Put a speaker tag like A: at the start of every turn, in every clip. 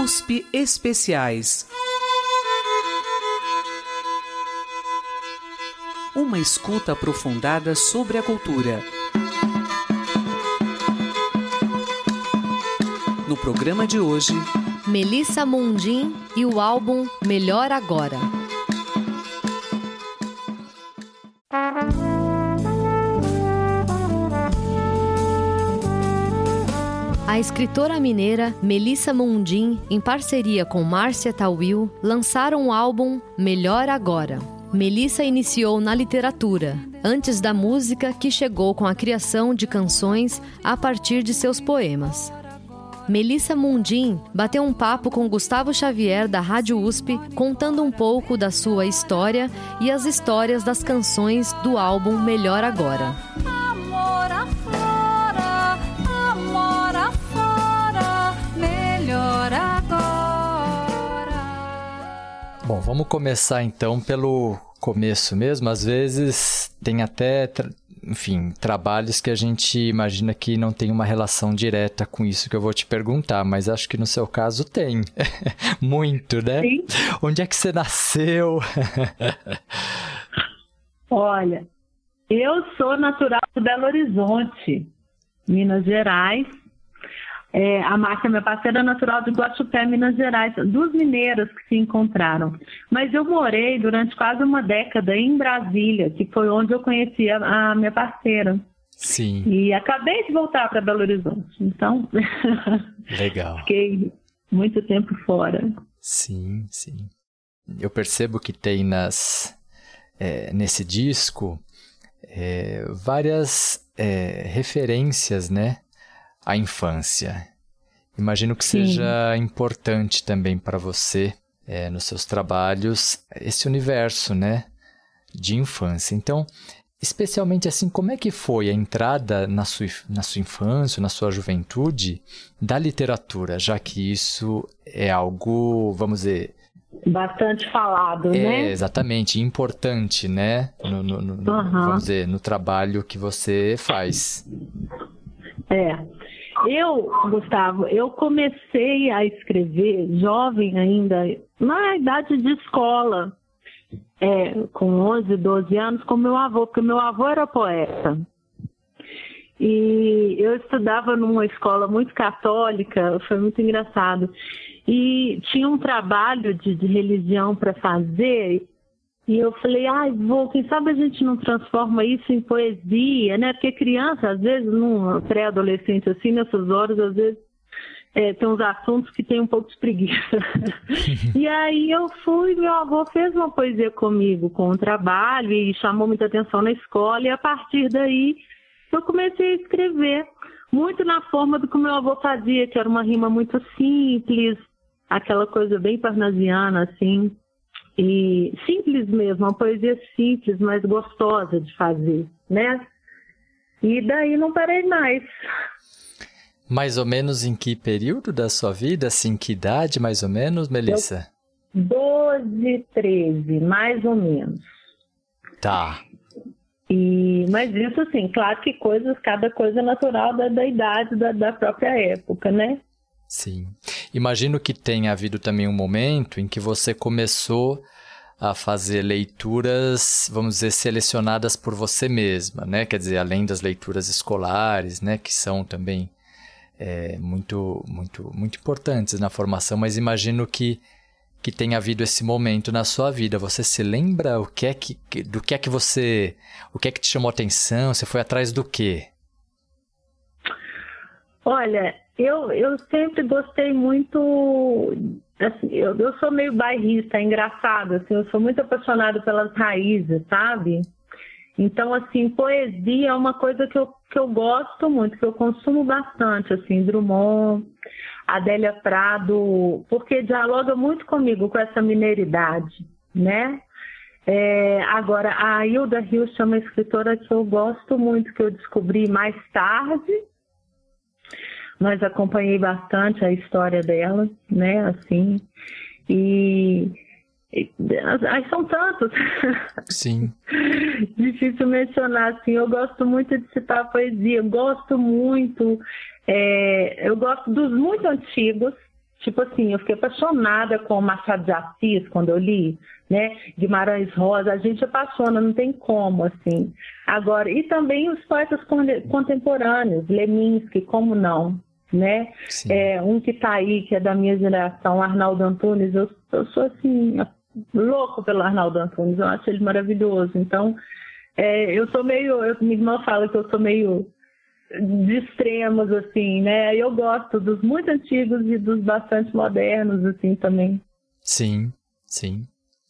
A: USP Especiais. Uma escuta aprofundada sobre a cultura. No programa de hoje,
B: Melissa Mundim e o álbum Melhor Agora. A escritora mineira Melissa Mundim, em parceria com Márcia Tawil, lançaram o álbum Melhor Agora. Melissa iniciou na literatura, antes da música, que chegou com a criação de canções a partir de seus poemas. Melissa Mundim bateu um papo com Gustavo Xavier, da Rádio USP, contando um pouco da sua história e as histórias das canções do álbum Melhor Agora.
C: Bom, vamos começar então pelo começo mesmo. Às vezes tem até, trabalhos que a gente imagina que não tem uma relação direta com isso que eu vou te perguntar, mas acho que no seu caso tem. Muito, né?
D: Sim.
C: Onde é que você nasceu?
D: Olha, eu sou natural de Belo Horizonte, Minas Gerais. A Márcia, minha parceira, é natural de Guaxupé, Minas Gerais, duas mineiras que se encontraram. Mas eu morei durante quase uma década em Brasília, que foi onde eu conheci a minha parceira.
C: Sim.
D: E acabei de voltar para Belo Horizonte, então
C: legal.
D: Fiquei muito tempo fora.
C: Sim, sim. Eu percebo que tem nesse disco várias referências, né? A infância. Imagino que
D: Sim.
C: seja importante também para você, nos seus trabalhos, esse universo, né, de infância. Então, especialmente assim, como é que foi a entrada na sua infância, na sua juventude, da literatura, já que isso é algo, vamos dizer...
D: Bastante falado, né?
C: Exatamente, importante, né, vamos dizer, no trabalho que você faz.
D: Gustavo, eu comecei a escrever jovem ainda, na idade de escola, com 11, 12 anos, com meu avô, porque meu avô era poeta. E eu estudava numa escola muito católica, foi muito engraçado. E tinha um trabalho de religião para fazer. E eu falei, vô, quem sabe a gente não transforma isso em poesia, né? Porque criança, às vezes, num pré-adolescente assim, nessas horas, às vezes, tem uns assuntos que tem um pouco de preguiça. E aí eu fui, meu avô fez uma poesia comigo, com um trabalho, e chamou muita atenção na escola, e a partir daí eu comecei a escrever, muito na forma do que o meu avô fazia, que era uma rima muito simples, aquela coisa bem parnasiana, assim, e simples mesmo, uma poesia simples, mas gostosa de fazer, né? E daí não parei mais.
C: Mais ou menos em que período da sua vida? Assim, que idade, mais ou menos, Melissa?
D: 12, 13, mais ou menos.
C: Tá.
D: Mas isso, assim, claro que cada coisa é natural da idade, da própria época, né?
C: Sim. Imagino que tenha havido também um momento em que você começou a fazer leituras, vamos dizer, selecionadas por você mesma, né? Quer dizer, além das leituras escolares, né? Que são também muito, muito, muito importantes na formação, mas imagino que tenha havido esse momento na sua vida. Você se lembra o que é que te chamou a atenção? Você foi atrás do quê?
D: Olha, eu sempre gostei muito, assim, eu sou meio bairrista, é engraçado, assim, eu sou muito apaixonada pelas raízes, sabe? Então, assim, poesia é uma coisa que eu gosto muito, que eu consumo bastante, assim, Drummond, Adélia Prado, porque dialoga muito comigo, com essa mineiridade, né? Agora, a Hilda Hilst é uma escritora que eu gosto muito, que eu descobri mais tarde, mas acompanhei bastante a história dela, né, assim, aí são tantos.
C: Sim.
D: Difícil mencionar, assim, eu gosto muito de citar poesia, eu gosto dos muito antigos, Tipo assim, eu fiquei apaixonada com Machado de Assis quando eu li, né? Guimarães Rosa, a gente apaixona, não tem como, assim. Agora, e também os poetas contemporâneos, Leminski, como não, né? Um que está aí, que é da minha geração, Arnaldo Antunes, eu sou assim, louco pelo Arnaldo Antunes, eu acho ele maravilhoso. Então, minha irmã fala que eu sou meio de extremos, assim, né? Eu gosto dos muito antigos e dos bastante modernos, assim, também.
C: Sim, sim.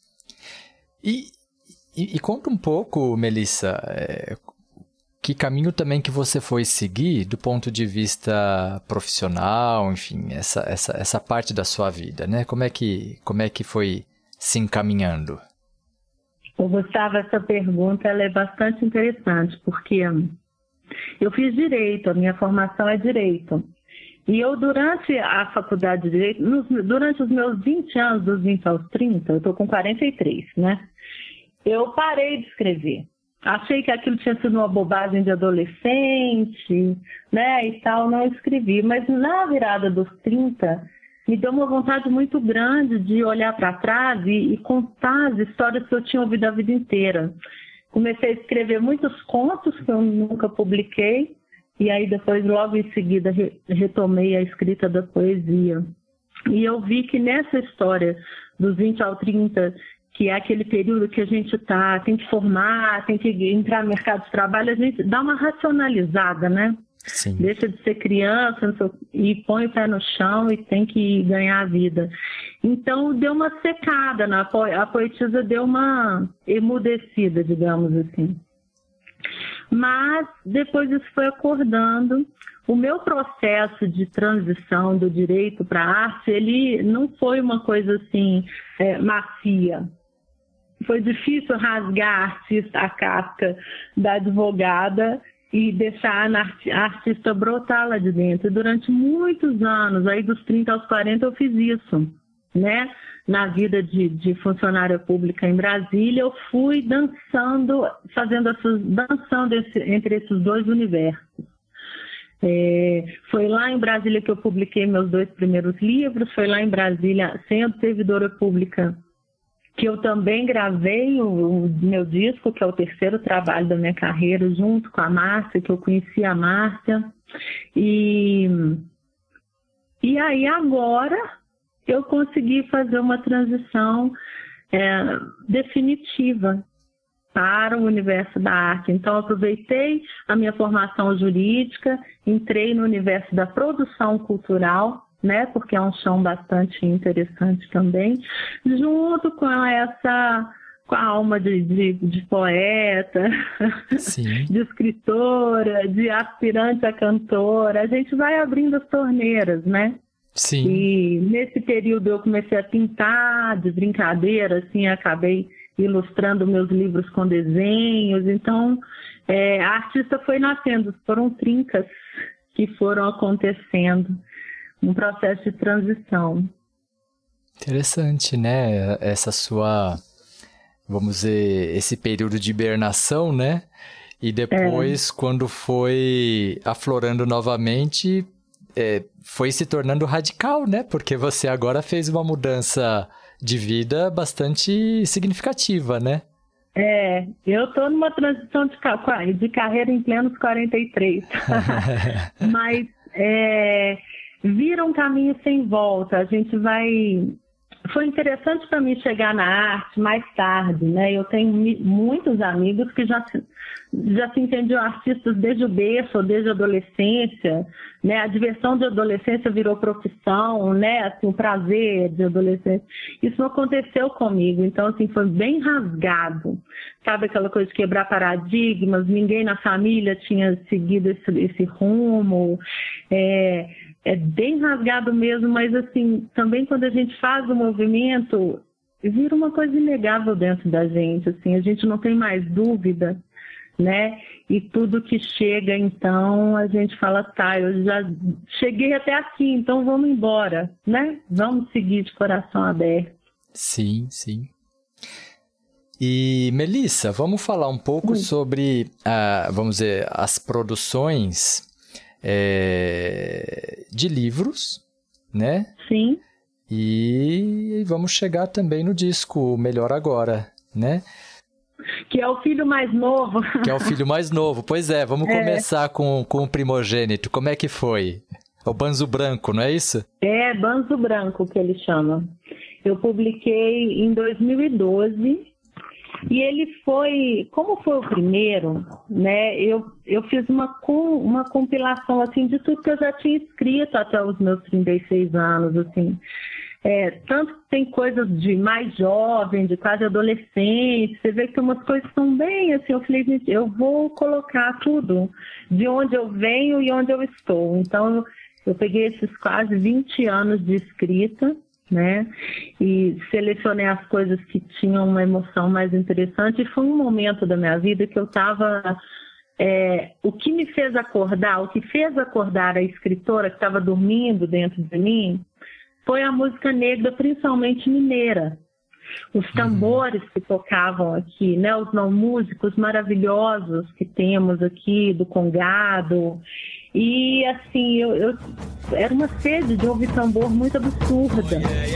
C: E conta um pouco, Melissa, que caminho também que você foi seguir do ponto de vista profissional, enfim, essa parte da sua vida, né? Como é que foi se encaminhando?
D: Gustavo, essa pergunta ela é bastante interessante, porque eu fiz Direito, a minha formação é Direito. E eu, durante a faculdade de Direito, durante os meus 20 anos, dos 20 aos 30, eu estou com 43, né? Eu parei de escrever. Achei que aquilo tinha sido uma bobagem de adolescente, né, e tal, não escrevi. Mas na virada dos 30, me deu uma vontade muito grande de olhar para trás e contar as histórias que eu tinha ouvido a vida inteira. Comecei a escrever muitos contos que eu nunca publiquei, e aí depois, logo em seguida, retomei a escrita da poesia. E eu vi que nessa história dos 20 ao 30, que é aquele período que a gente tem que formar, tem que entrar no mercado de trabalho, a gente dá uma racionalizada, né?
C: Sim.
D: Deixa de ser criança e põe o pé no chão e tem que ganhar a vida. Então, deu uma secada, a poetisa deu uma emudecida, digamos assim. Mas, depois isso foi acordando. O meu processo de transição do direito para a arte, ele não foi uma coisa assim, macia. Foi difícil rasgar a casca da advogada e deixar a artista brotar lá de dentro. E durante muitos anos, aí dos 30 aos 40, eu fiz isso, né? Na vida de funcionária pública em Brasília, eu fui dançando entre esses dois universos. Foi lá em Brasília que eu publiquei meus 2 primeiros livros, foi lá em Brasília, sendo servidora pública, que eu também gravei o meu disco, que é o 3º trabalho da minha carreira, junto com a Márcia, que eu conheci a Márcia. E aí agora eu consegui fazer uma transição definitiva para o universo da arte. Então, aproveitei a minha formação jurídica, entrei no universo da produção cultural, né, porque é um chão bastante interessante também, junto com a alma de poeta, de escritora, de aspirante a cantora. A gente vai abrindo as torneiras, né?
C: Sim.
D: E nesse período eu comecei a pintar de brincadeira, assim, acabei ilustrando meus livros com desenhos. Então, a artista foi nascendo, foram trincas que foram acontecendo, um processo de transição.
C: Interessante, né? Essa sua, vamos dizer, esse período de hibernação, né? E depois, quando foi aflorando novamente, foi se tornando radical, né? Porque você agora fez uma mudança de vida bastante significativa, né?
D: Eu estou numa transição de carreira em plenos 43. Mas vira um caminho sem volta. A gente vai... Foi interessante para mim chegar na arte mais tarde, né? Eu tenho muitos amigos que já se entendiam artistas desde o berço, ou desde a adolescência, né? A diversão de adolescência virou profissão, né? Assim, o prazer de adolescência. Isso não aconteceu comigo, então, assim, foi bem rasgado. Sabe aquela coisa de quebrar paradigmas? Ninguém na família tinha seguido esse rumo. É bem rasgado mesmo, mas assim, também quando a gente faz o movimento, vira uma coisa inegável dentro da gente, assim, a gente não tem mais dúvida, né? E tudo que chega, então, a gente fala, tá, eu já cheguei até aqui, então vamos embora, né? Vamos seguir de coração aberto.
C: Sim, sim. E, Melissa, vamos falar um pouco sobre, vamos dizer, as produções de livros, né?
D: Sim.
C: E vamos chegar também no disco Melhor Agora, né?
D: Que é o filho mais novo.
C: Que é o filho mais novo. Pois é, vamos começar com o primogênito. Como é que foi? O Banzo Branco, não é isso?
D: É, Banzo Branco que ele chama. Eu publiquei em 2012 e ele foi, como foi o primeiro, né? Eu fiz uma compilação assim de tudo que eu já tinha escrito até os meus 36 anos, assim. Tanto que tem coisas de mais jovem, de quase adolescente, você vê que tem umas coisas que são bem assim, eu falei, gente, eu vou colocar tudo de onde eu venho e onde eu estou. Então, eu peguei esses quase 20 anos de escrita, né, e selecionei as coisas que tinham uma emoção mais interessante, e foi um momento da minha vida que eu estava... o que me fez acordar, o que fez acordar a escritora que estava dormindo dentro de mim, foi a música negra, principalmente mineira. Os tambores que tocavam aqui, né? Os não músicos maravilhosos que temos aqui, do Congado. E, assim, eu era uma sede de ouvir tambor muito absurda.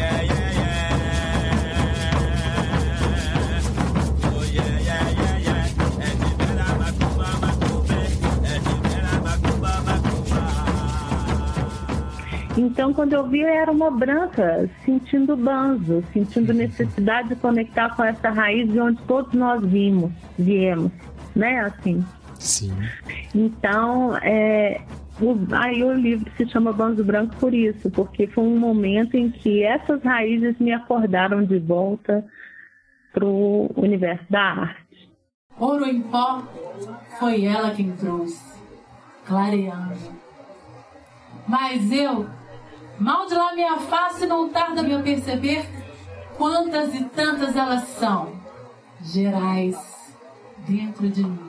D: Então, quando eu vi, eu era uma branca, sentindo banzo, sentindo necessidade de conectar com essa raiz de onde todos nós viemos, né, assim.
C: Sim.
D: Então, aí o livro se chama Banzo Branco por isso, porque foi um momento em que essas raízes me acordaram de volta pro universo da arte.
E: Ouro em pó, foi ela quem trouxe, clareando. Mas eu, mal de lá minha face, não tarda me a perceber quantas e tantas elas são, gerais, dentro de mim.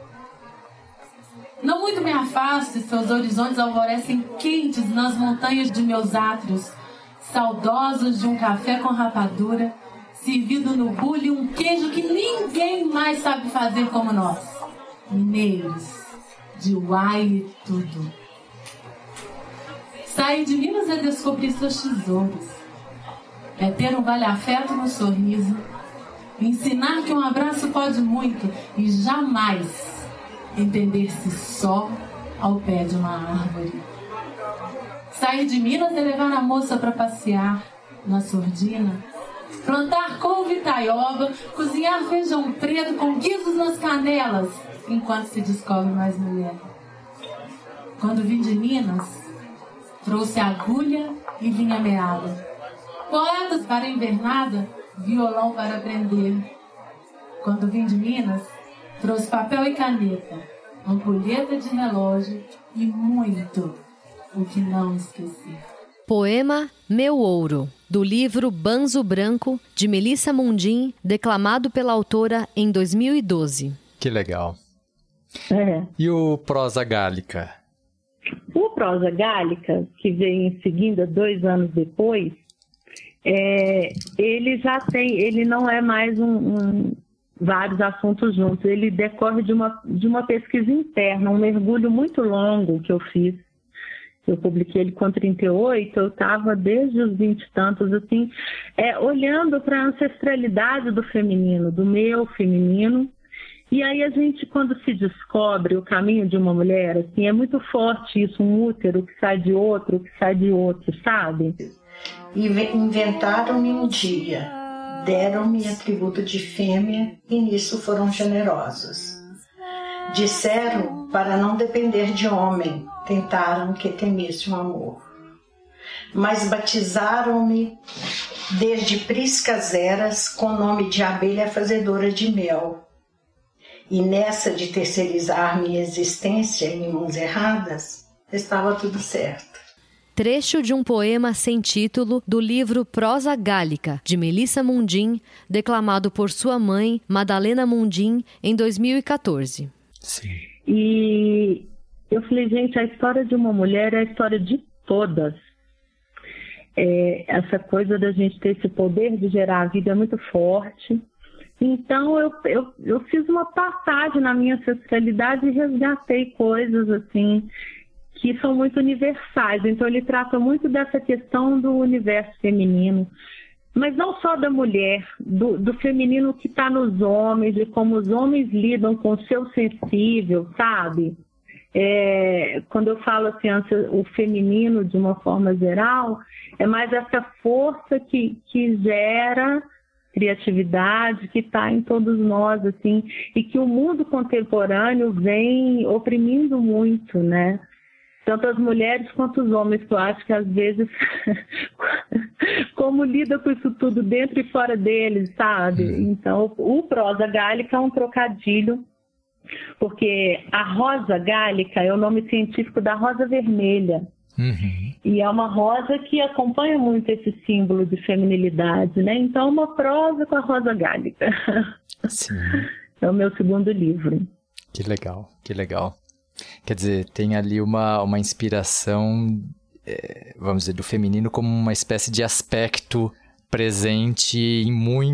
E: Não muito me afaste, seus horizontes alvorecem quentes nas montanhas de meus átrios, saudosos de um café com rapadura, servido no bule um queijo que ninguém mais sabe fazer como nós, mineiros, de uai e tudo. Sair de Minas é descobrir seus tesouros, é ter um vale-afeto no sorriso, ensinar que um abraço pode muito e jamais entender-se só ao pé de uma árvore. Sair de Minas é levar a moça para passear na surdina, plantar couve e taioba, cozinhar feijão preto com guizos nas canelas, enquanto se descobre mais mulher. Quando vim de Minas, trouxe agulha e linha meada, poetas para a invernada, violão para aprender. Quando vim de Minas, trouxe papel e caneta, ampulheta de relógio e muito o que não esqueci.
B: Poema Meu Ouro, do livro Banzo Branco, de Melissa Mundim, declamado pela autora em 2012.
C: Que legal. E o Prosa Gálica?
D: O Prosa Gálica, que veio em seguida, 2 anos depois, ele não é mais vários assuntos juntos, ele decorre de uma pesquisa interna, um mergulho muito longo que eu fiz. Eu publiquei ele com 38, eu estava desde os 20 e tantos, assim, olhando para a ancestralidade do feminino, do meu feminino. E aí a gente, quando se descobre o caminho de uma mulher, assim, é muito forte isso, um útero que sai de outro, sabe?
F: E inventaram-me um dia, deram-me atributo de fêmea e nisso foram generosos. Disseram para não depender de homem, tentaram que temesse o amor. Mas batizaram-me desde priscas eras com o nome de abelha fazedora de mel. E nessa de terceirizar minha existência em mãos erradas, estava tudo certo.
B: Trecho de um poema sem título do livro Prosa Gálica, de Melissa Mundim, declamado por sua mãe, Madalena Mundim, em 2014.
C: Sim.
D: E eu falei, gente, a história de uma mulher é a história de todas. Essa coisa da gente ter esse poder de gerar a vida é muito forte. Então, eu fiz uma passagem na minha ancestralidade e resgatei coisas, assim, que são muito universais. Então, ele trata muito dessa questão do universo feminino, mas não só da mulher, do feminino que está nos homens, de como os homens lidam com o seu sensível, sabe? Quando eu falo assim, o feminino de uma forma geral, é mais essa força que gera criatividade, que está em todos nós, assim, e que o mundo contemporâneo vem oprimindo muito, né? Tanto as mulheres quanto os homens, que eu acho que às vezes, como lida com isso tudo dentro e fora deles, sabe? Então, o prosa gálica é um trocadilho, porque a rosa gálica é o nome científico da rosa vermelha. E é uma rosa que acompanha muito esse símbolo de feminilidade, né? Então, uma prosa com a rosa gálica.
C: Sim.
D: É o meu segundo livro.
C: Que legal, que legal. Quer dizer, tem ali uma inspiração, vamos dizer, do feminino como uma espécie de aspecto presente em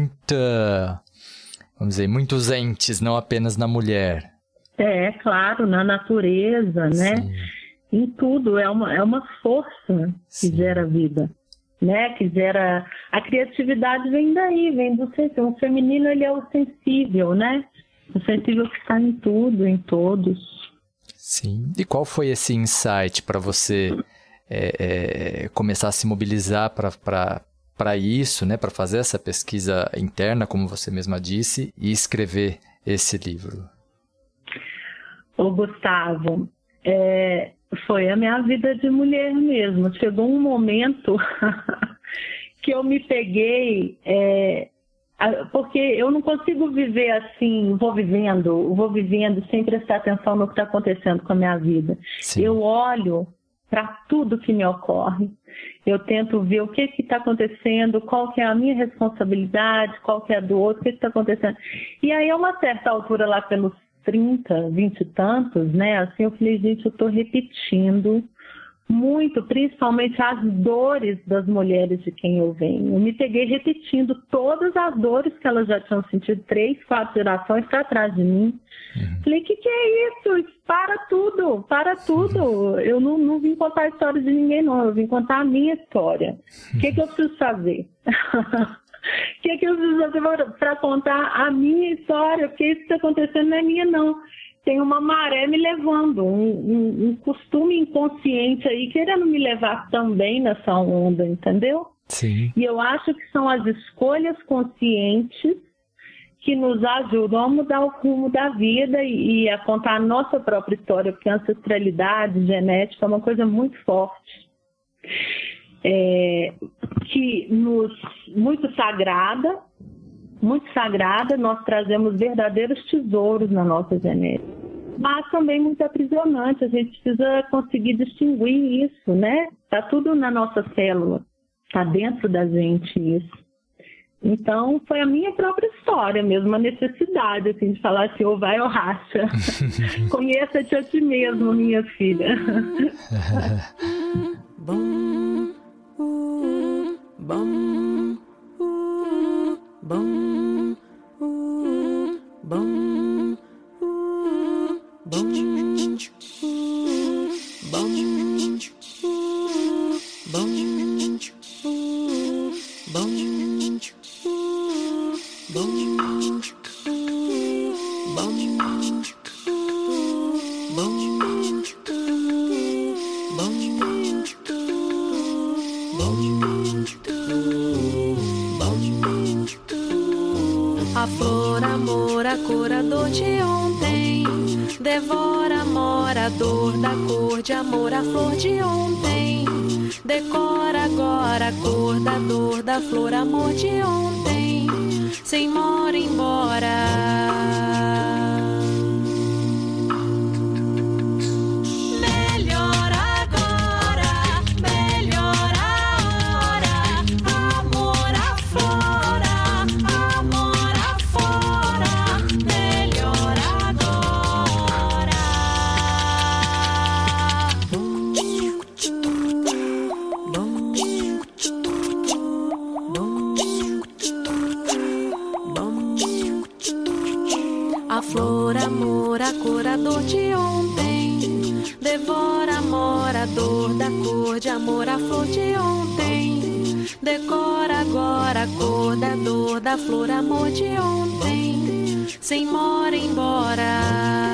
C: muitos entes, não apenas na mulher.
D: Claro, na natureza, né?
C: Sim.
D: Em tudo, é uma força que gera vida, né? Que gera... A criatividade vem daí, vem do sensível. O feminino, ele é o sensível, né? O sensível que está em tudo, em todos.
C: Sim. E qual foi esse insight para você começar a se mobilizar para isso, né? Para fazer essa pesquisa interna, como você mesma disse, e escrever esse livro?
D: Ô, Gustavo, foi a minha vida de mulher mesmo. Chegou um momento que eu me peguei... porque eu não consigo viver assim, vou vivendo sem prestar atenção no que está acontecendo com a minha vida. Sim. Eu olho para tudo que me ocorre, eu tento ver o que está acontecendo, qual que é a minha responsabilidade, qual que é a do outro, o que está acontecendo. E aí, a uma certa altura, lá pelos 30, 20 e tantos, né, assim, eu falei, gente, eu estou repetindo muito, principalmente as dores das mulheres de quem eu venho. Eu me peguei repetindo todas as dores que elas já tinham sentido 3, 4 gerações para trás de mim. Falei, que é isso? Para tudo. Eu não vim contar a história de ninguém, não. Eu vim contar a minha história. O que eu preciso fazer? O que eu preciso fazer para contar a minha história? Porque isso que está acontecendo não é minha, não. Tem uma maré me levando, um costume inconsciente aí querendo me levar também nessa onda, entendeu?
C: Sim.
D: E eu acho que são as escolhas conscientes que nos ajudam a mudar o rumo da vida e a contar a nossa própria história, porque a ancestralidade, genética é uma coisa muito forte, muito sagrada, nós trazemos verdadeiros tesouros na nossa genética, mas também muito aprisionante. A gente precisa conseguir distinguir isso, né? Está tudo na nossa célula, está dentro da gente isso. Então, foi a minha própria história mesmo, a necessidade assim, de falar assim, ou vai ou racha. Conheça-te a ti mesmo, minha filha.
G: Bom, bom, bom. A flor, amor, a cor, a dor de ontem. Devora, mora, a dor da cor de amor, a flor de ontem. Decora agora a cor da dor da flor, amor de ontem. Sem mora embora. A flor, amor, a cor, a dor de ontem. Devora, morador da cor de amor, a flor de ontem. Decora agora, acordador da flor, amor de ontem. Sem mora embora.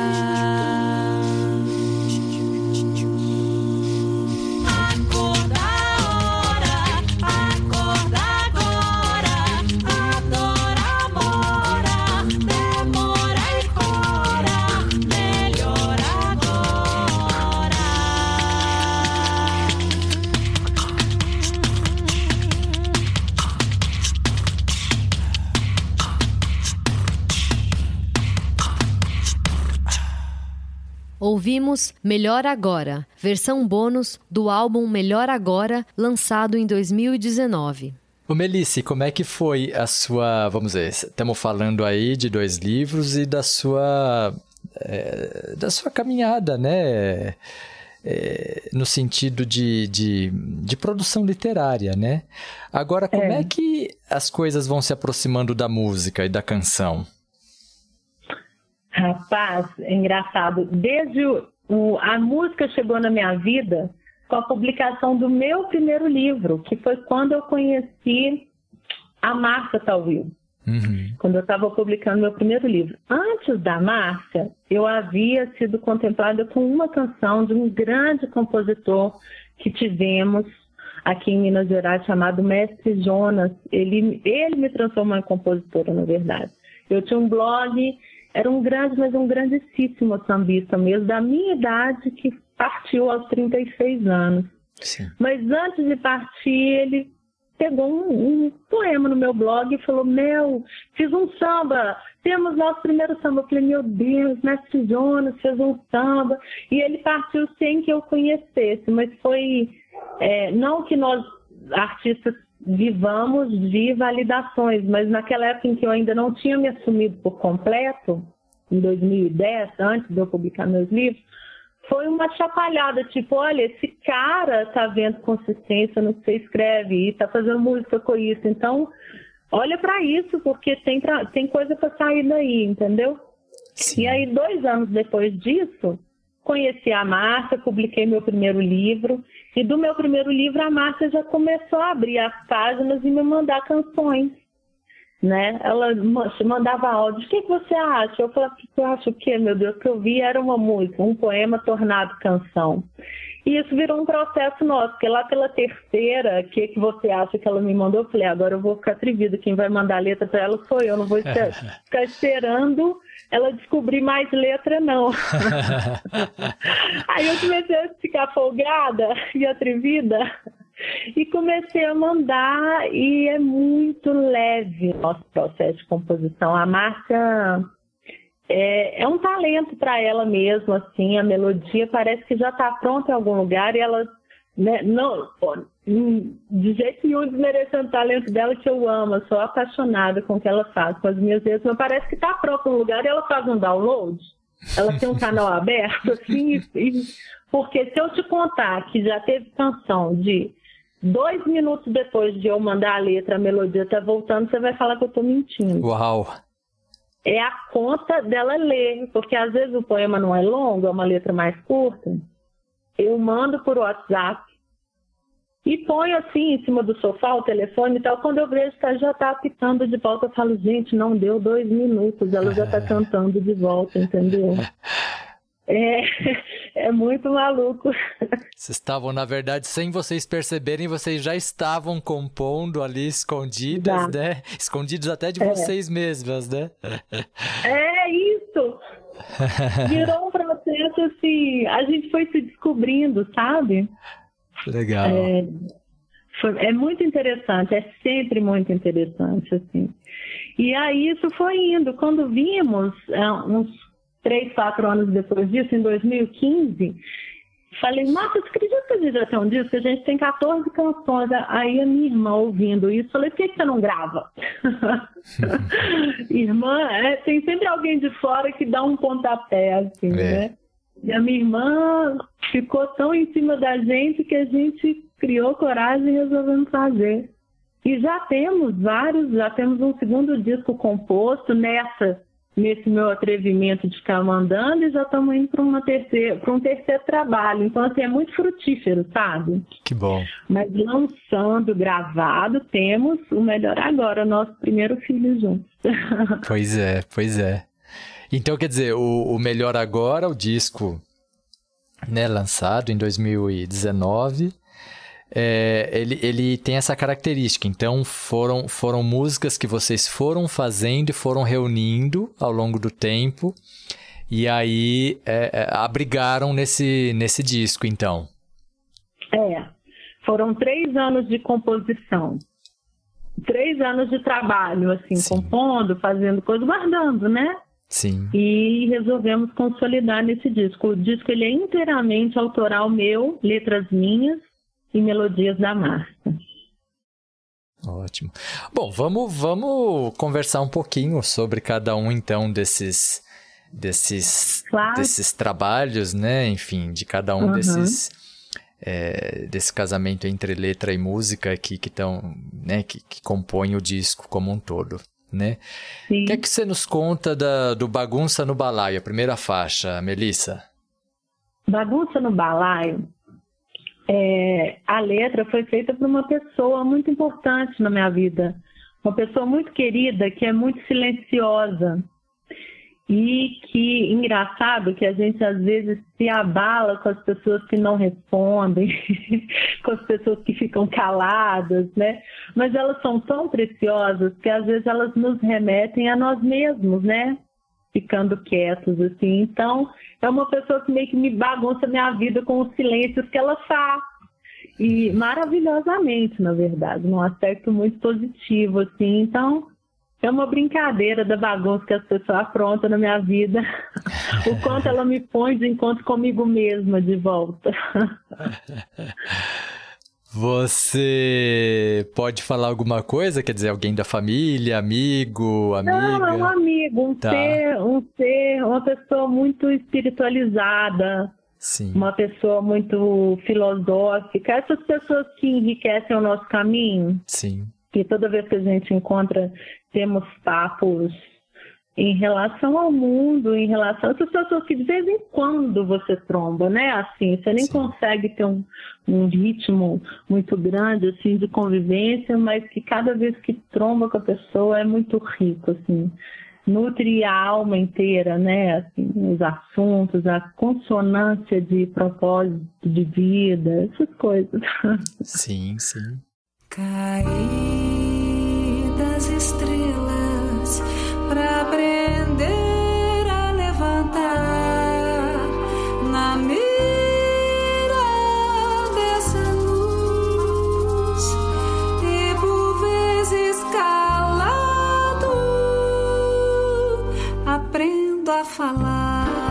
B: Ouvimos Melhor Agora, versão bônus do álbum Melhor Agora, lançado em 2019.
C: Ô Melissa, como é que foi a sua, vamos dizer, estamos falando aí de 2 livros e da sua caminhada, né? No sentido de produção literária, né? Agora, como é que as coisas vão se aproximando da música e da canção?
D: Rapaz, é engraçado. Desde a música chegou na minha vida com a publicação do meu primeiro livro, que foi quando eu conheci a Márcia Tawil. Quando eu estava publicando meu primeiro livro. Antes da Márcia, eu havia sido contemplada com uma canção de um grande compositor que tivemos aqui em Minas Gerais, chamado Mestre Jonas. Ele me transformou em compositora, na verdade. Eu tinha um blog. Era um grande, mas um grandíssimo sambista mesmo, da minha idade, que partiu aos 36 anos.
C: Sim.
D: Mas antes de partir, ele pegou um poema no meu blog e falou: fiz um samba, temos nosso primeiro samba. Eu falei: meu Deus, Mestre Jonas fez um samba. E ele partiu sem que eu conhecesse, mas foi, não que nós, artistas, vivamos de validações, mas naquela época em que eu ainda não tinha me assumido por completo, em 2010, antes de eu publicar meus livros, foi uma chacoalhada, tipo: olha, esse cara tá vendo consistência no que você escreve e tá fazendo música com isso, então olha para isso, porque tem coisa para sair daí, entendeu? Sim. E aí, 2 anos depois disso, conheci a Márcia, publiquei meu primeiro livro, e do meu primeiro livro a Márcia já começou a abrir as páginas e me mandar canções, né? Ela mandava áudio: o que você acha? Eu falava: eu acho o quê, meu Deus? O que eu vi era uma música, um poema tornado canção. E isso virou um processo nosso, porque lá pela terceira, que você acha que ela me mandou, eu falei: agora eu vou ficar atrevida, quem vai mandar a letra para ela sou eu, não vou ficar esperando ela descobrir mais letra, não. Aí eu comecei a ficar folgada e atrevida e comecei a mandar, e é muito leve o nosso processo de composição. A Márcia é um talento para ela mesmo, assim, a melodia parece que já está pronta em algum lugar e ela, né, não, de jeito nenhum desmerecendo o talento dela, que eu amo, eu sou apaixonada com o que ela faz com as minhas letras, mas parece que está pronto no lugar e ela faz um download, ela tem um canal aberto, assim, porque se eu te contar que já teve canção de 2 minutos depois de eu mandar a letra, a melodia tá voltando, você vai falar que eu tô mentindo.
C: Uau!
D: É a conta dela ler, porque às vezes o poema não é longo, é uma letra mais curta. Eu mando por WhatsApp e ponho assim em cima do sofá o telefone e tal. Quando eu vejo que ela já tá apitando de volta, eu falo: gente, não deu 2 minutos, ela já tá cantando de volta, entendeu? É muito maluco.
C: Vocês estavam, na verdade, sem vocês perceberem, vocês já estavam compondo ali escondidas, né? Escondidos até de vocês mesmas, né?
D: É isso! Virou um processo assim, a gente foi se descobrindo, sabe?
C: Legal.
D: É muito interessante, é sempre muito interessante, assim. E aí isso foi indo. Quando vimos, uns 3, 4 anos depois disso, em 2015, falei: nossa, você acredita que a gente já tem um disco? A gente tem 14 canções. Aí a minha irmã, ouvindo isso, falei: por que você não grava? Irmã, tem sempre alguém de fora que dá um pontapé, assim, né? E a minha irmã ficou tão em cima da gente que a gente criou coragem e resolvemos fazer. E já temos vários, já temos um segundo disco composto nessa nesse meu atrevimento de ficar mandando e já estamos indo para um terceiro trabalho. Então, assim, é muito frutífero, sabe?
C: Que bom.
D: Mas lançando, gravado, temos o Melhor Agora, nosso primeiro filho juntos.
C: Pois é. Então, quer dizer, o Melhor Agora, o disco, né, lançado em 2019... ele tem essa característica. Então foram músicas que vocês foram fazendo e foram reunindo ao longo do tempo e aí abrigaram nesse disco, então.
D: Foram 3 anos de composição, 3 anos de trabalho, assim, sim, compondo, fazendo coisa, guardando, né?
C: Sim. E
D: resolvemos consolidar nesse disco. O disco ele é inteiramente autoral meu, letras minhas e melodias da Márcia.
C: Ótimo. Bom, vamos conversar um pouquinho sobre cada um, então, desses trabalhos, né? Enfim, de cada um desse casamento entre letra e música que compõem o disco como um todo, né? Sim. O que é que você nos conta do Bagunça no Balaio, a primeira faixa, Melissa?
D: Bagunça no Balaio, a letra foi feita por uma pessoa muito importante na minha vida. Uma pessoa muito querida, que é muito silenciosa. E que, engraçado, que a gente às vezes se abala com as pessoas que não respondem, com as pessoas que ficam caladas, né? Mas elas são tão preciosas que às vezes elas nos remetem a nós mesmos, né? Ficando quietos, assim. Então, é uma pessoa que meio que me bagunça minha vida com os silêncios que ela faz. E maravilhosamente, na verdade, num aspecto muito positivo, assim. Então, é uma brincadeira da bagunça que as pessoas aprontam na minha vida. O quanto ela me põe de encontro comigo mesma de volta.
C: Você pode falar alguma coisa? Quer dizer, alguém da família, amigo, amiga?
D: Não, é um amigo, uma pessoa muito espiritualizada.
C: Sim.
D: Uma pessoa muito filosófica. Essas pessoas que enriquecem o nosso caminho.
C: Sim.
D: Que toda vez que a gente encontra, temos papos em relação ao mundo, em relação a essas pessoas que de vez em quando você tromba, né? Assim, você nem Sim. consegue ter um ritmo muito grande, assim, de convivência, mas que cada vez que tromba com a pessoa é muito rico, assim. Nutre a alma inteira, né? Assim, os assuntos, a consonância de propósito de vida, essas coisas.
C: Sim, sim.
G: Caí das estrelas pra aprender a levantar na mira dessa luz e por vezes calado aprendo a falar.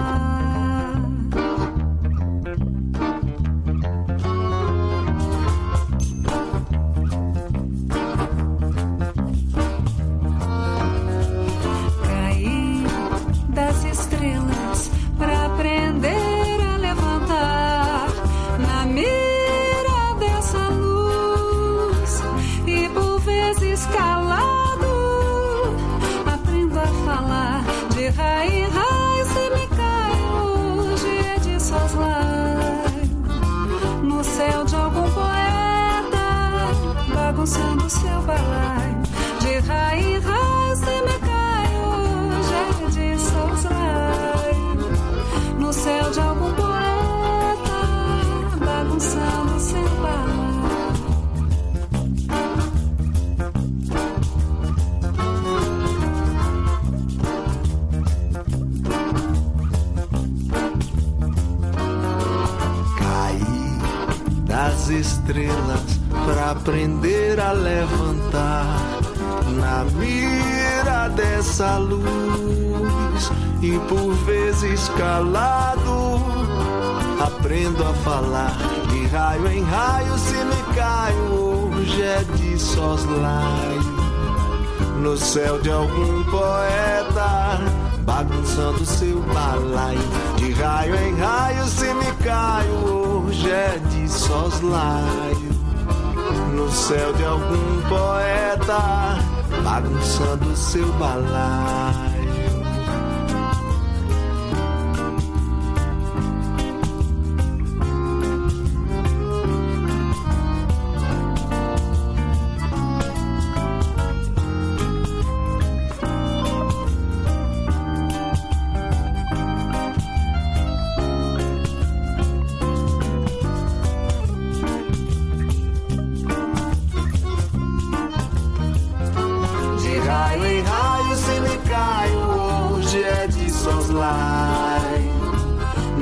G: Bagunçando seu balaio, de raio em raio se me cai hoje é de soslaio. No céu de algum poeta, bagunçando seu balaio.
H: Caí das estrelas pra aprender a levantar na mira dessa luz e por vezes calado aprendo a falar. De raio em raio se me caio, hoje é de soslaio. No céu de algum poeta, bagunçando seu balaio. De raio em raio se me caio, hoje é de soslaio. No céu de algum poeta, bagunçando seu balaio.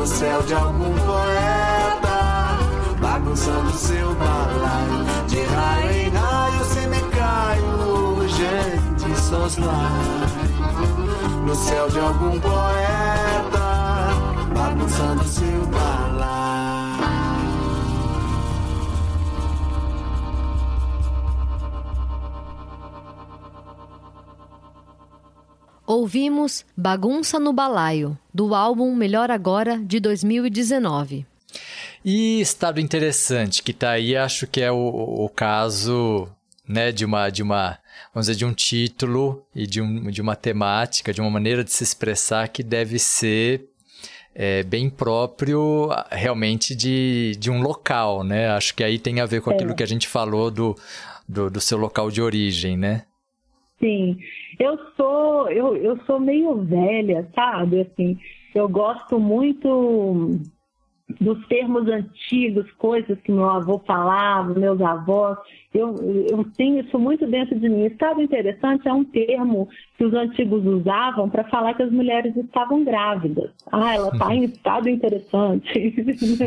H: no céu de algum poeta, bagunçando seu balaio. De raio em raio se me caio, gente soslaio. No céu de algum poeta, bagunçando seu balaio.
B: Ouvimos Bagunça no Balaio, do álbum Melhor Agora, de 2019.
C: E Estado Interessante, que tá aí, acho que é o caso, né, de uma, vamos dizer, de um título e de uma temática, de uma maneira de se expressar que deve ser bem próprio realmente de um local, né? Acho que aí tem a ver com aquilo que a gente falou do seu local de origem, né?
D: Sim, eu sou meio velha, sabe? Assim, eu gosto muito dos termos antigos, coisas que meu avô falava, meus avós. Eu tenho isso muito dentro de mim. Estado interessante é um termo que os antigos usavam para falar que as mulheres estavam grávidas. Ela está em estado interessante.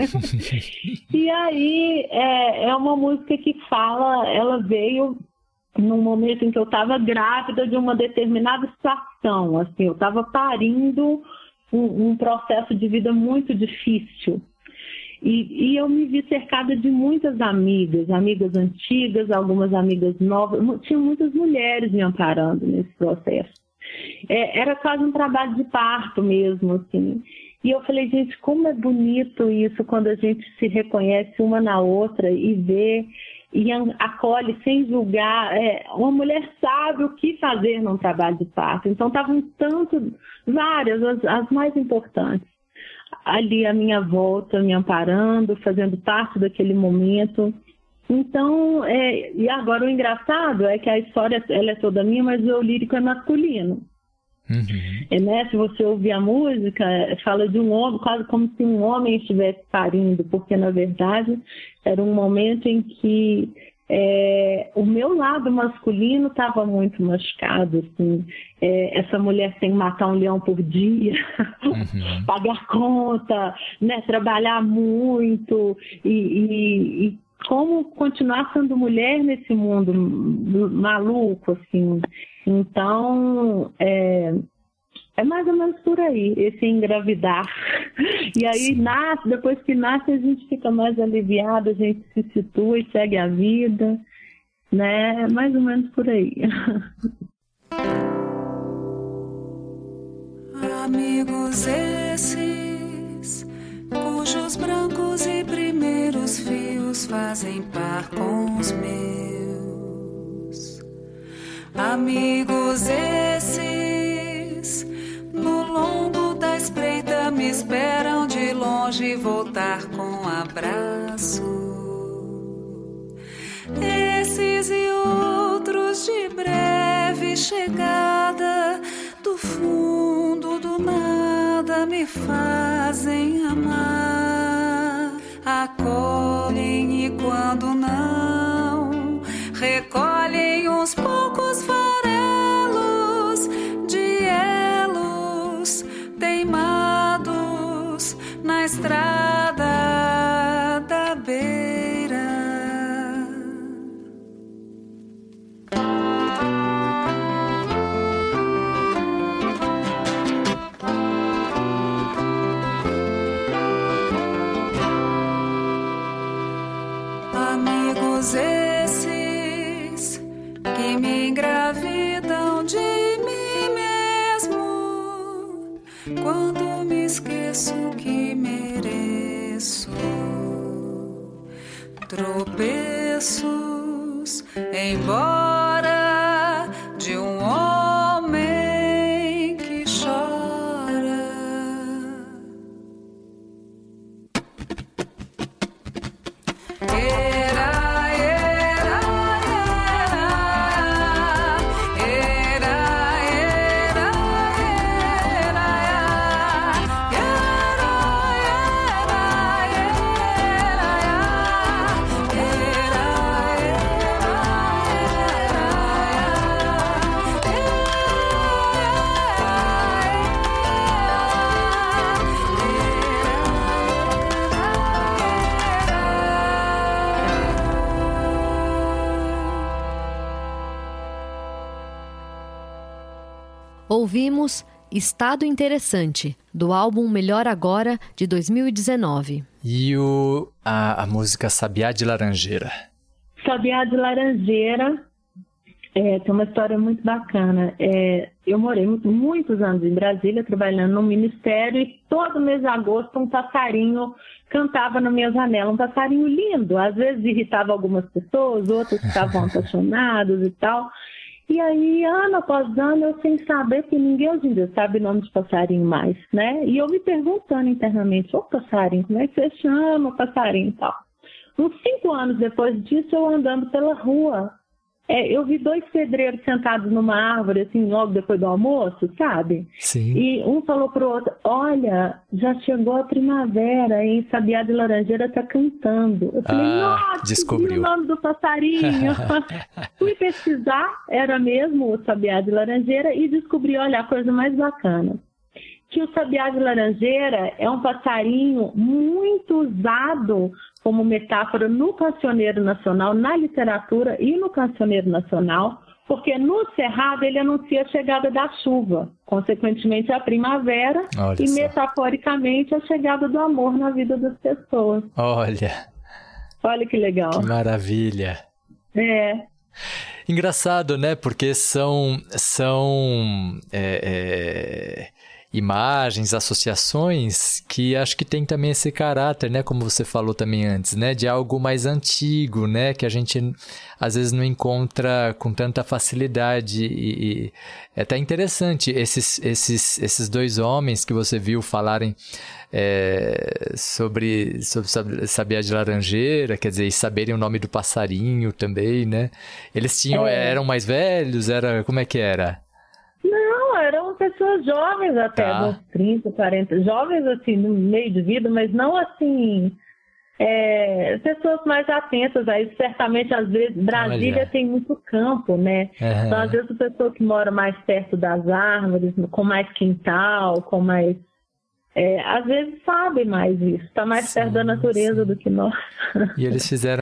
D: E aí é uma música que fala, ela veio num momento em que eu estava grávida de uma determinada situação, assim, eu estava parindo um processo de vida muito difícil. E eu me vi cercada de muitas amigas antigas, algumas amigas novas, tinha muitas mulheres me amparando nesse processo. Era quase um trabalho de parto mesmo, assim. E eu falei, gente, como é bonito isso quando a gente se reconhece uma na outra e vê e acolhe sem julgar. Uma mulher sabe o que fazer num trabalho de parto. Então, estavam várias, as mais importantes, ali à minha volta, me amparando, fazendo parte daquele momento. Então, e agora o engraçado é que a história ela é toda minha, mas o lírico é masculino. Uhum. Né? Se você ouvir a música, fala de um homem, quase como se um homem estivesse parindo, porque na verdade era um momento em que o meu lado masculino estava muito machucado, assim. Essa mulher tem que matar um leão por dia, pagar conta, né? Trabalhar muito e como continuar sendo mulher nesse mundo maluco, assim. Então, é mais ou menos por aí, esse engravidar. E aí nasce, depois que nasce, a gente fica mais aliviado, a gente se situa e segue a vida, né? É mais ou menos por aí.
G: Amigos esses, cujos brancos e primeiros fios fazem par com os meus. Amigos esses, no lombo da espreita me esperam de longe voltar com abraço. Esses e outros de breve chegada, do fundo do nada me fazem amar. Acolhem e quando não, recolhem uns poucos farelos de elos teimados na estrada da beira. Amigos esses que me engravidam de mim mesmo quando me esqueço que mereço. Tropeços, embora de um homem que chora.
B: Ouvimos Estado Interessante, do álbum Melhor Agora, de 2019.
C: E a música Sabiá de Laranjeira?
D: Sabiá de Laranjeira tem uma história muito bacana. Eu morei muitos anos em Brasília, trabalhando no ministério, e todo mês de agosto um passarinho cantava na minha janela. Um passarinho lindo, às vezes irritava algumas pessoas, outras ficavam apaixonadas e tal. E aí, ano após ano, eu sem saber, porque ninguém hoje em dia sabe o nome de passarinho mais, né? E eu me perguntando internamente, ô passarinho, como é que você chama passarinho e tal? Uns 5 anos depois disso, eu andando pela rua, eu vi 2 pedreiros sentados numa árvore, assim, logo depois do almoço, sabe?
C: Sim.
D: E um falou pro outro, olha, já chegou a primavera, hein? Sabiá de Laranjeira tá cantando. Eu falei, nossa,
C: descobriu
D: o nome do passarinho. Fui pesquisar, era mesmo o Sabiá de Laranjeira, e descobri, olha, a coisa mais bacana, que o Sabiá de Laranjeira é um passarinho muito usado como metáfora no cancioneiro nacional, na literatura e no cancioneiro nacional, porque no Cerrado ele anuncia a chegada da chuva, consequentemente a primavera,
C: olha
D: e
C: só,
D: metaforicamente a chegada do amor na vida das pessoas.
C: Olha
D: que legal.
C: Que maravilha. Engraçado, né? Porque são imagens, associações que acho que tem também esse caráter, né? Como você falou também antes, né? De algo mais antigo, né? Que a gente às vezes não encontra com tanta facilidade e é até interessante esses 2 homens que você viu falarem sobre Sabiá de Laranjeira, quer dizer, e saberem o nome do passarinho também, né? Eles eram mais velhos? Como é que era?
D: Não, eram pessoas jovens até, uns 30, 40, jovens assim, no meio de vida, mas não assim, pessoas mais atentas a isso. Certamente, às vezes, Brasília tem muito campo, né? Então, às vezes, a pessoa que mora mais perto das árvores, com mais quintal, com mais... às vezes sabe mais isso, está mais perto da natureza do que nós.
C: E eles fizeram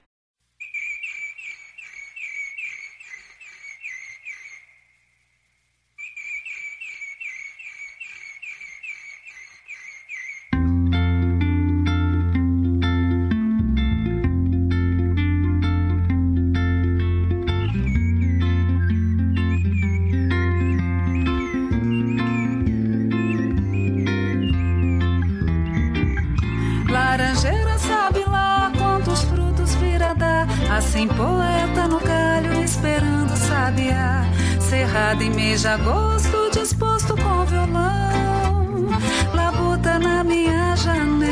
I: Laranjeira sabe lá quantos frutos virá dar, assim poeta no galho esperando sabiá. Cerrado em mês de agosto, disposto com violão, labuta na minha janela,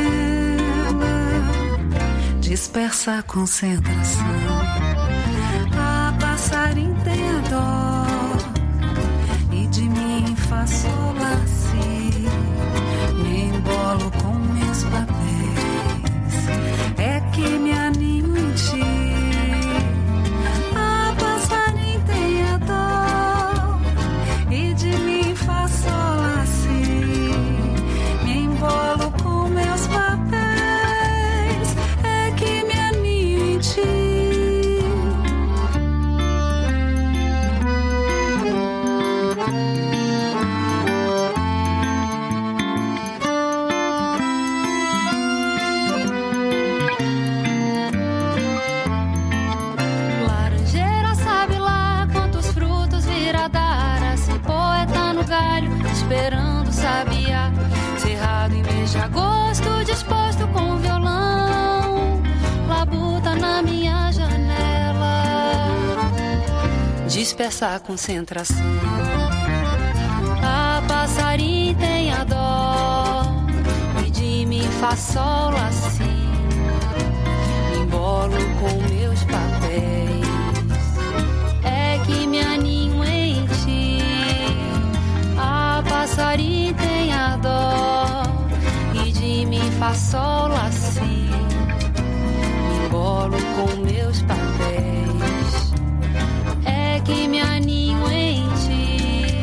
I: dispersa a concentração. A passarinho tem a dó e de mim faço laci, me embolo com meus papéis. É que me animo em ti. A passarinho tem a dó e de mim faço assim, me embolo com meus papéis. É que me animo em ti. Esperando sabiá, cerrado em mês de agosto, disposto com violão, labuta na minha janela, dispersa a concentração. A passarinho tem a dó e de mim faz solo assim, me embolo com meus papéis. É que me animo em ti. Passarinho tem a dó e de mim faz solo assim, me embolo com meus papéis. É que me animo em ti.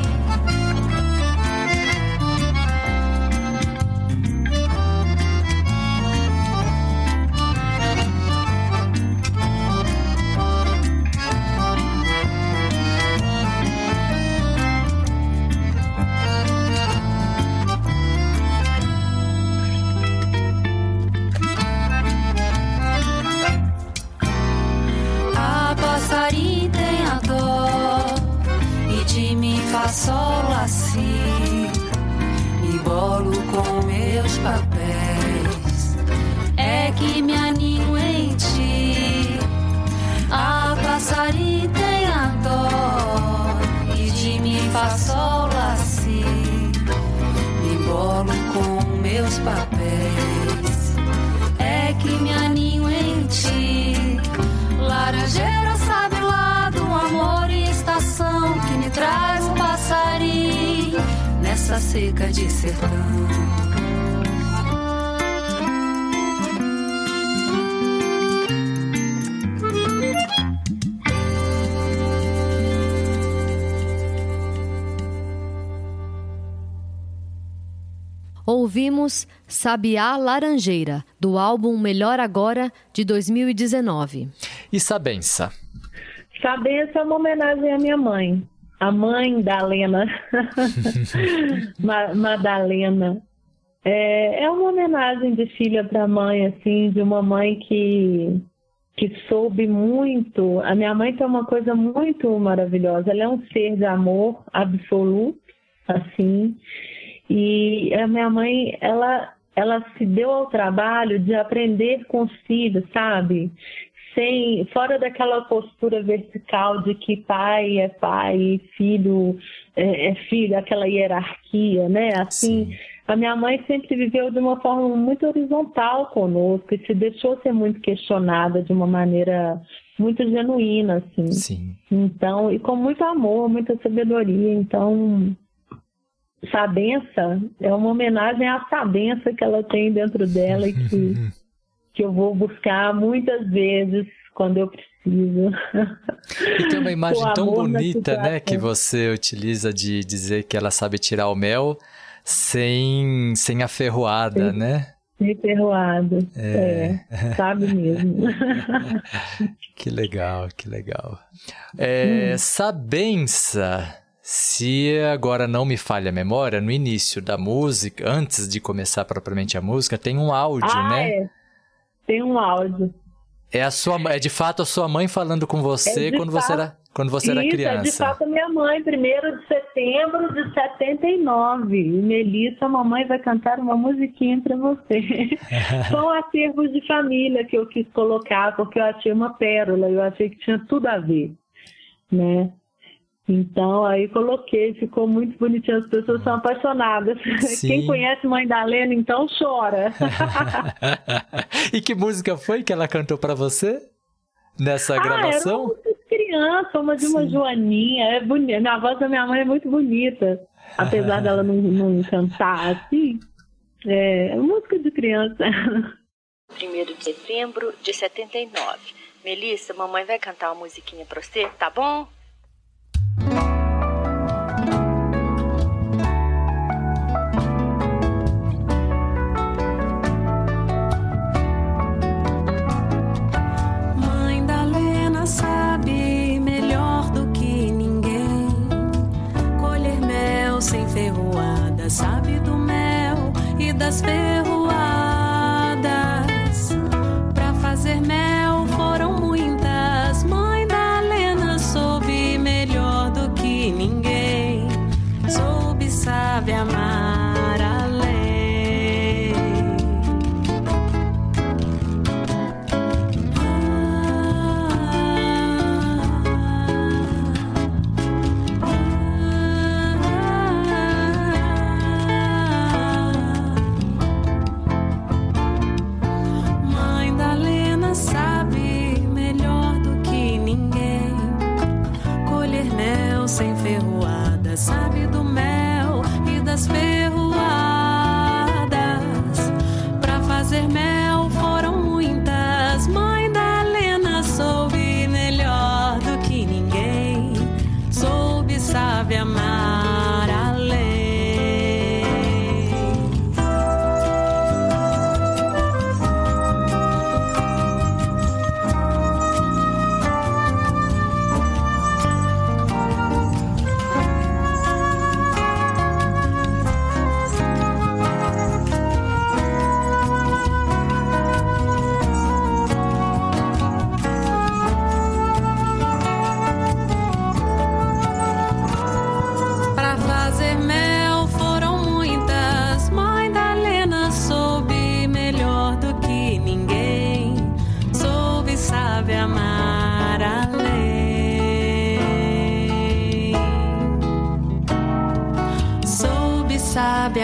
I: sol, lá, si. Me bolo com meus papéis, é que me aninho em ti. A passarinho tem a dó, e de mi, fá, sol, lá, si. Me bolo com meus papéis, é que me aninho em ti. Laranjeira sabe lá do amor e estação que me traz um passarinho nessa seca de sertão.
B: Ouvimos Sabiá Laranjeira, do álbum Melhor Agora, de 2019.
C: E Sabença?
D: Sabença é uma homenagem à minha mãe, a mãe da Lena, Madalena. É uma homenagem de filha para mãe, assim, de uma mãe que soube muito. A minha mãe tem uma coisa muito maravilhosa, ela é um ser de amor absoluto, assim. E a minha mãe, ela se deu ao trabalho de aprender com os filhos, sabe? Fora daquela postura vertical de que pai é pai e filho é filho, aquela hierarquia, né? Assim, sim. A minha mãe sempre viveu de uma forma muito horizontal conosco e se deixou ser muito questionada de uma maneira muito genuína, assim.
C: Sim.
D: Então, e com muito amor, muita sabedoria. Então, Sabença é uma homenagem à Sabença que ela tem dentro dela e que eu vou buscar muitas vezes quando eu preciso.
C: E tem uma imagem tão bonita, né, que você utiliza de dizer que ela sabe tirar o mel sem a ferroada, né?
D: Sem ferroada, sabe mesmo.
C: Que legal, que legal. Sabença, se agora não me falha a memória, no início da música, antes de começar propriamente a música, tem um áudio, né?
D: Tem um áudio.
C: É de fato a sua mãe falando com você quando você era criança.
D: É de fato a minha mãe, 1º de setembro de 79. Melissa, a mamãe vai cantar uma musiquinha para você. São acervos de família que eu quis colocar, porque eu achei uma pérola, eu achei que tinha tudo a ver, né? Então, aí coloquei, ficou muito bonitinho, as pessoas são apaixonadas. Sim. Quem conhece Mãe da Lena, então chora.
C: E que música foi que ela cantou pra você nessa gravação?
D: Era uma música de criança, uma de uma Joaninha, é bonita. A voz da minha mãe é muito bonita, apesar dela não cantar assim. É música de criança.
J: 1º de setembro de 79. Melissa, mamãe vai cantar uma musiquinha pra você, tá bom?
G: Mãe da Lena sabe melhor do que ninguém colher mel sem ferroada, sabe do mel e das ferroadas. Pra fazer mel foram muitas. Mãe da Lena soube melhor do que ninguém, soube, sabe amar a lei.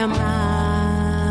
G: amar.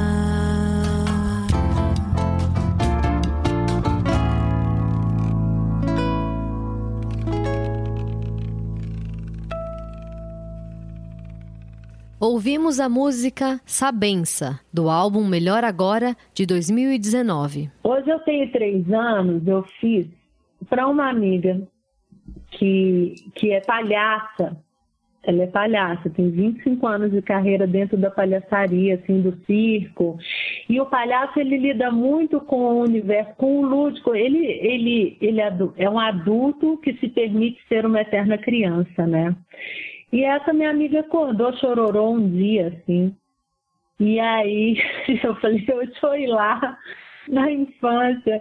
B: Ouvimos a música Sabença, do álbum Melhor Agora, de 2019.
D: Hoje eu tenho 3 anos, eu fiz para uma amiga que é palhaça. Ela é palhaça, tem 25 anos de carreira dentro da palhaçaria, assim, do circo. E o palhaço, ele lida muito com o universo, com o lúdico. Ele é um adulto que se permite ser uma eterna criança, né? E essa minha amiga acordou, chororou um dia, assim. E aí eu falei, deixa eu ir lá na infância.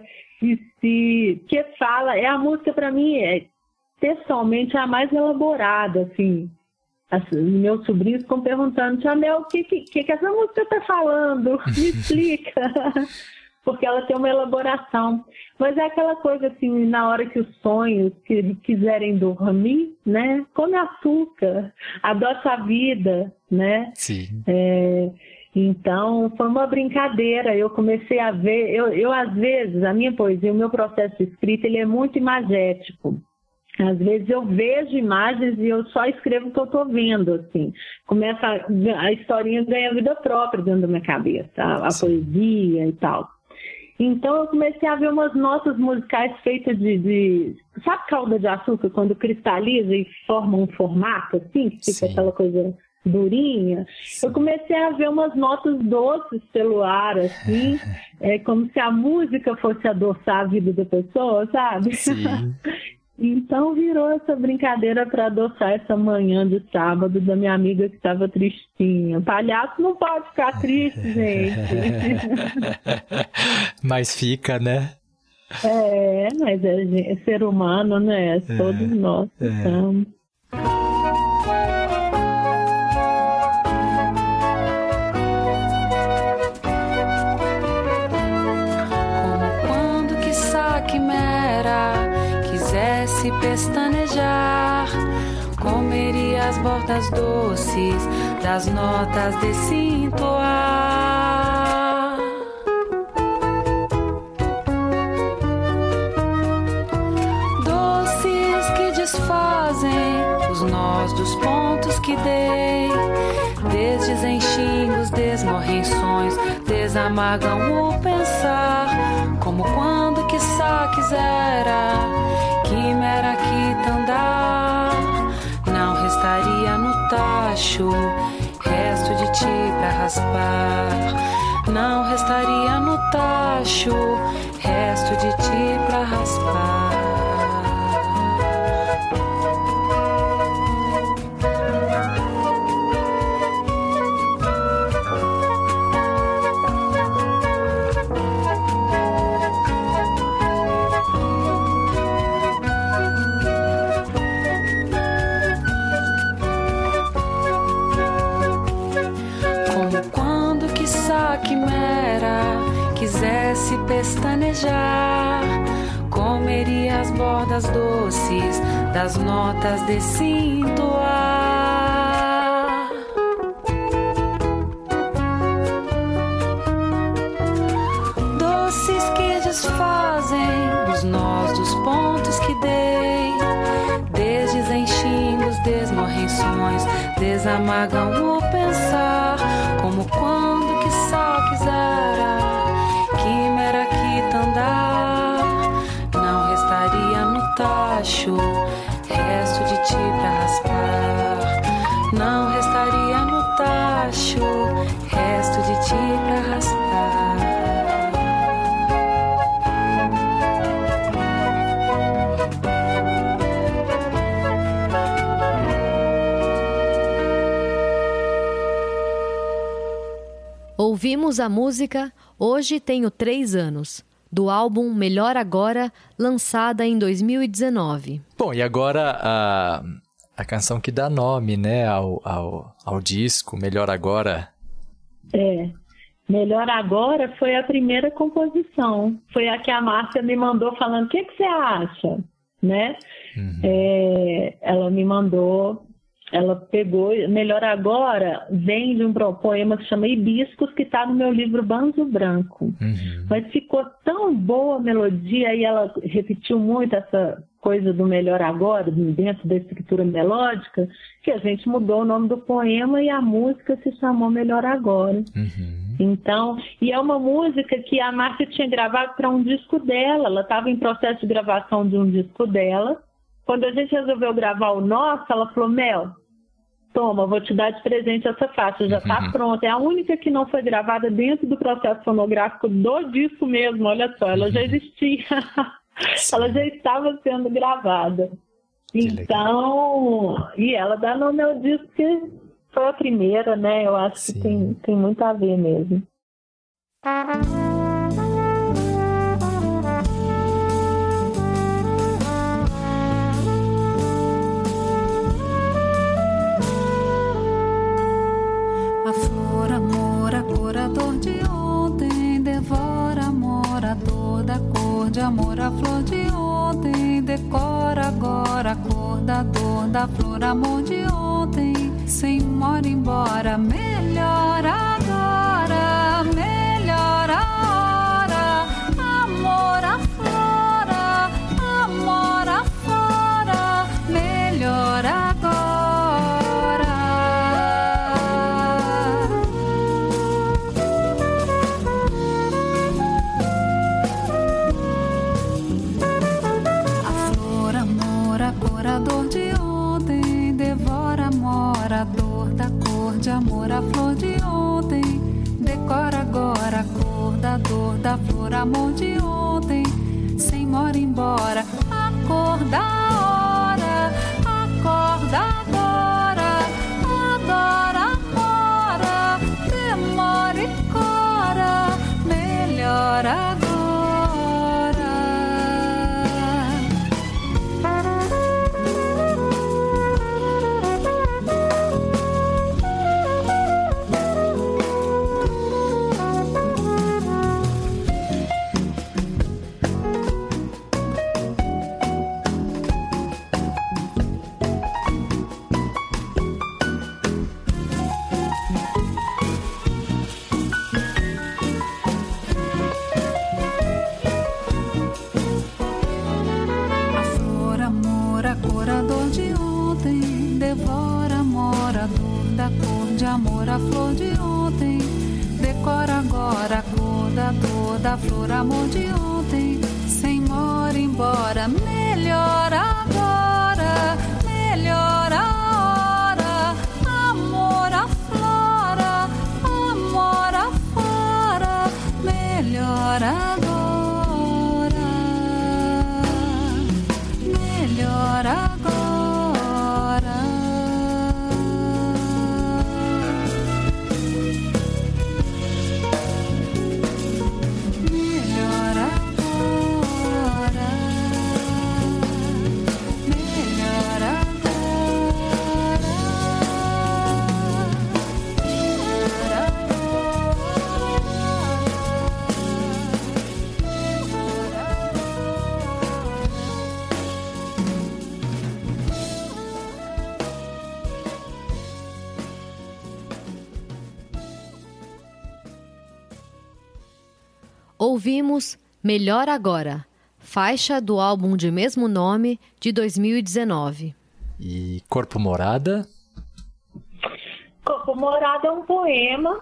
D: Que fala, a música para mim, pessoalmente, é a mais elaborada, assim. Meus sobrinhos ficam perguntando, Tia Mel, o que essa música está falando? Me explica. Porque ela tem uma elaboração. Mas é aquela coisa assim, na hora que os sonhos quiserem dormir, né? Come açúcar, adoça a vida, né?
C: Sim.
D: Então, foi uma brincadeira. Eu comecei a ver, eu às vezes, a minha poesia, o meu processo de escrita, ele é muito imagético. Às vezes eu vejo imagens e eu só escrevo o que eu estou vendo, assim. Começa a historinha ganha vida própria dentro da minha cabeça, a poesia e tal. Então eu comecei a ver umas notas musicais feitas de sabe calda de açúcar, quando cristaliza e forma um formato, assim, que fica aquela coisa durinha? Sim. Eu comecei a ver umas notas doces pelo ar, assim, como se a música fosse adoçar a vida da pessoa, sabe? Sim. Então virou essa brincadeira para adoçar essa manhã de sábado da minha amiga que estava tristinha. Palhaço não pode ficar triste, gente.
C: Mas fica, né?
D: Mas é ser humano, né? Todos nós estamos.
I: Se pestanejar, comeria as bordas doces das notas desse entoar. Doces que desfazem os nós dos pontos que dei, desdesenchingos, desmorrenções, desamargam o pensar, como quando quiçá quisera quimera quitandar, não restaria no tacho resto de ti pra raspar, não restaria no tacho resto de ti pra raspar. Quisesse pestanejar, comeria as bordas doces das notas desse entoar. Doces que desfazem os nós dos pontos que dei, desdesenchingos, desmorrenções, desamargam o pensar, como quando quiçá quisera quimera quitandar, não restaria no tacho resto de ti pra raspar, não restaria no tacho resto de ti pra raspar.
B: Ouvimos a música Hoje Tenho 3 Anos, do álbum Melhor Agora, lançada em 2019.
C: Bom, e agora a canção que dá nome, né, ao disco, Melhor Agora.
D: Melhor Agora foi a primeira composição. Foi a que a Márcia me mandou falando, o que você acha? Né? Ela me mandou ela pegou, Melhor Agora vem de um poema que chama Hibiscos, que está no meu livro Banzo Branco. Mas ficou tão boa a melodia, e ela repetiu muito essa coisa do Melhor Agora, dentro da escritura melódica, que a gente mudou o nome do poema e a música se chamou Melhor Agora. Então, e é uma música que a Márcia tinha gravado para um disco dela, ela estava em processo de gravação de um disco dela. Quando a gente resolveu gravar o nosso, ela falou, Mel, toma, vou te dar de presente essa faixa, já está pronta. É a única que não foi gravada dentro do processo fonográfico do disco mesmo, olha só, ela já existia, ela já estava sendo gravada. Então, e ela dá nome ao disco que foi a primeira, né? Eu acho que tem muito a ver mesmo.
I: A flor, amor, a cor, a dor de ontem, devora, amor, a dor da cor de amor, a flor de ontem, decora agora a cor da dor da flor, amor de ontem, sem mora embora, melhor agora, melhor a hora, amor aflora, amor aflora, melhor agora. A dor de ontem, devora, amor, a dor da cor de amor, a flor de ontem, decora agora a cor da dor da flor, amor de ontem, sem mora embora, a cor da hora, a cor da agora, adora agora, demora e cora, melhor agora. Amor, a flor de ontem, decora agora a cor da dor da flor, amor de ontem, sem mora embora, melhor agora, melhor a hora, amor aflora, amor afora, melhor agora, melhor agora.
B: Ouvimos Melhor Agora, faixa do álbum de mesmo nome de 2019.
C: E Corpo Morada?
D: Corpo Morada é um poema.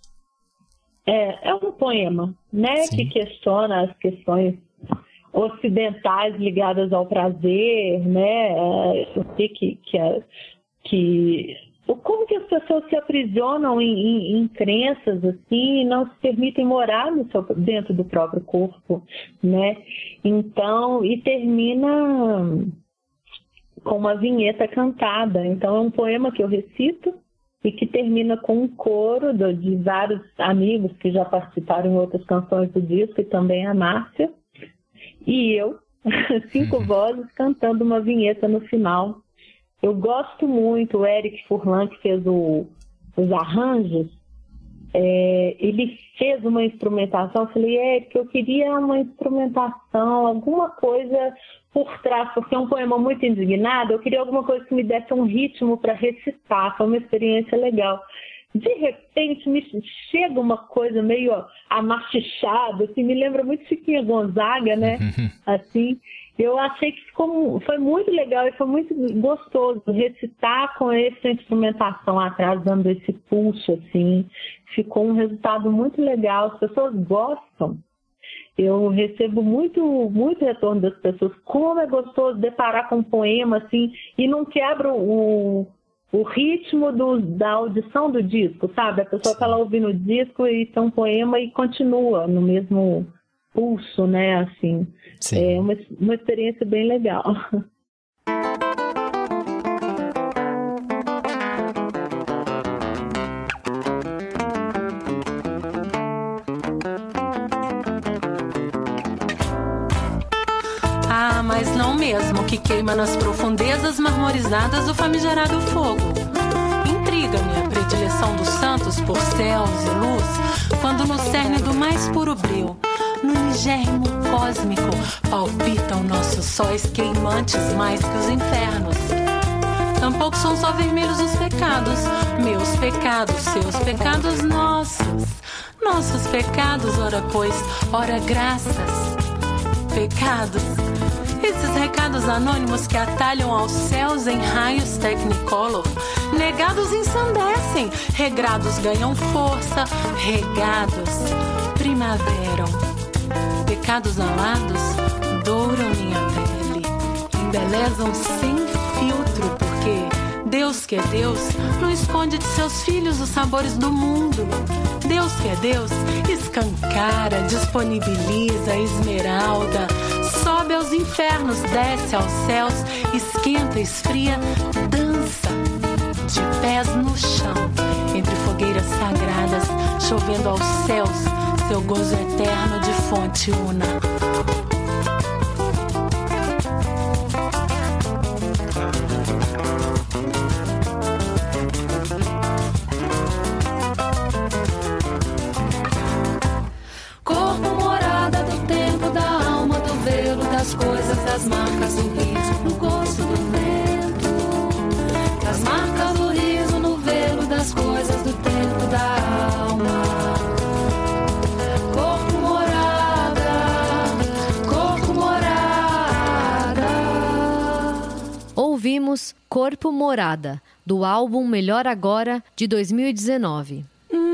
D: É um poema, né? Sim. Que questiona as questões ocidentais ligadas ao prazer, né? Eu sei como que as pessoas se aprisionam em crenças assim e não se permitem morar dentro do próprio corpo, né? Então, e termina com uma vinheta cantada. Então, é um poema que eu recito e que termina com um coro de vários amigos que já participaram em outras canções do disco, e também a Márcia, e eu, 5 vozes, cantando uma vinheta no final. Eu gosto muito, o Eric Furlan, que fez os arranjos, ele fez uma instrumentação. Eu falei, porque eu queria uma instrumentação, alguma coisa por trás, porque é um poema muito indignado, eu queria alguma coisa que me desse um ritmo para recitar. Foi uma experiência legal. De repente me chega uma coisa meio amachichada, assim, me lembra muito Chiquinha Gonzaga, né? Assim, eu achei que foi muito legal e foi muito gostoso recitar com essa instrumentação atrás, dando esse pulso, assim. Ficou um resultado muito legal, as pessoas gostam. Eu recebo muito retorno das pessoas. Como é gostoso deparar com um poema, assim, e não quebra o ritmo da audição do disco, sabe? A pessoa está lá ouvindo o disco e tem um poema e continua no mesmo pulso, né? Assim, sim. É uma experiência bem legal.
G: Mas não mesmo que queima nas profundezas marmorizadas do famigerado fogo. Intriga-me a predileção dos santos por céus e luz, quando no cerne do mais puro breu, no ligérrimo cósmico, palpitam nossos sóis queimantes mais que os infernos. Tampouco são só vermelhos os pecados, meus pecados, seus pecados, nossos pecados, ora pois, ora graças, pecados. Esses recados anônimos que atalham aos céus em raios technicolor, negados ensandecem, regrados ganham força, regados primaveram. Pecados alados douram minha pele, embelezam sem filtro, porque Deus que é Deus não esconde de seus filhos os sabores do mundo. Deus que é Deus escancara, disponibiliza, esmeralda, sobe aos infernos, desce aos céus, esquenta, esfria, dança, de pés no chão, entre fogueiras sagradas, chovendo aos céus, seu gozo eterno de fonte una.
K: Das coisas, das marcas do riso no gosto do vento, das marcas do riso no velo, das coisas do tempo da alma. Corpo morada, corpo morada.
B: Ouvimos Corpo Morada, do álbum Melhor Agora, de 2019.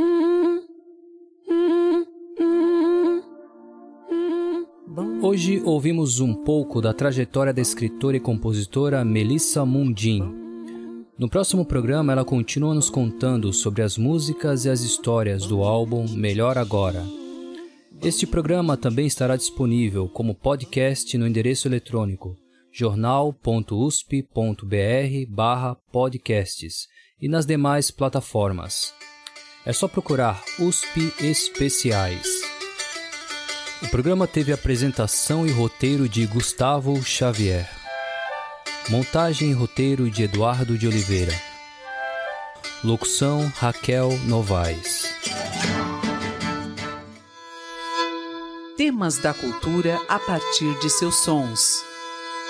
L: Hoje ouvimos um pouco da trajetória da escritora e compositora Melissa Mundin. No próximo programa, ela continua nos contando sobre as músicas e as histórias do álbum Melhor Agora. Este programa também estará disponível como podcast no endereço eletrônico jornal.usp.br/podcasts e nas demais plataformas. É só procurar USP Especiais. O programa teve apresentação e roteiro de Gustavo Xavier. Montagem e roteiro de Eduardo de Oliveira. Locução Raquel Novaes.
A: Temas da cultura a partir de seus sons.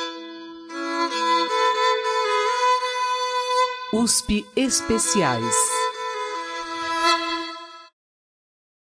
A: USP Especiais.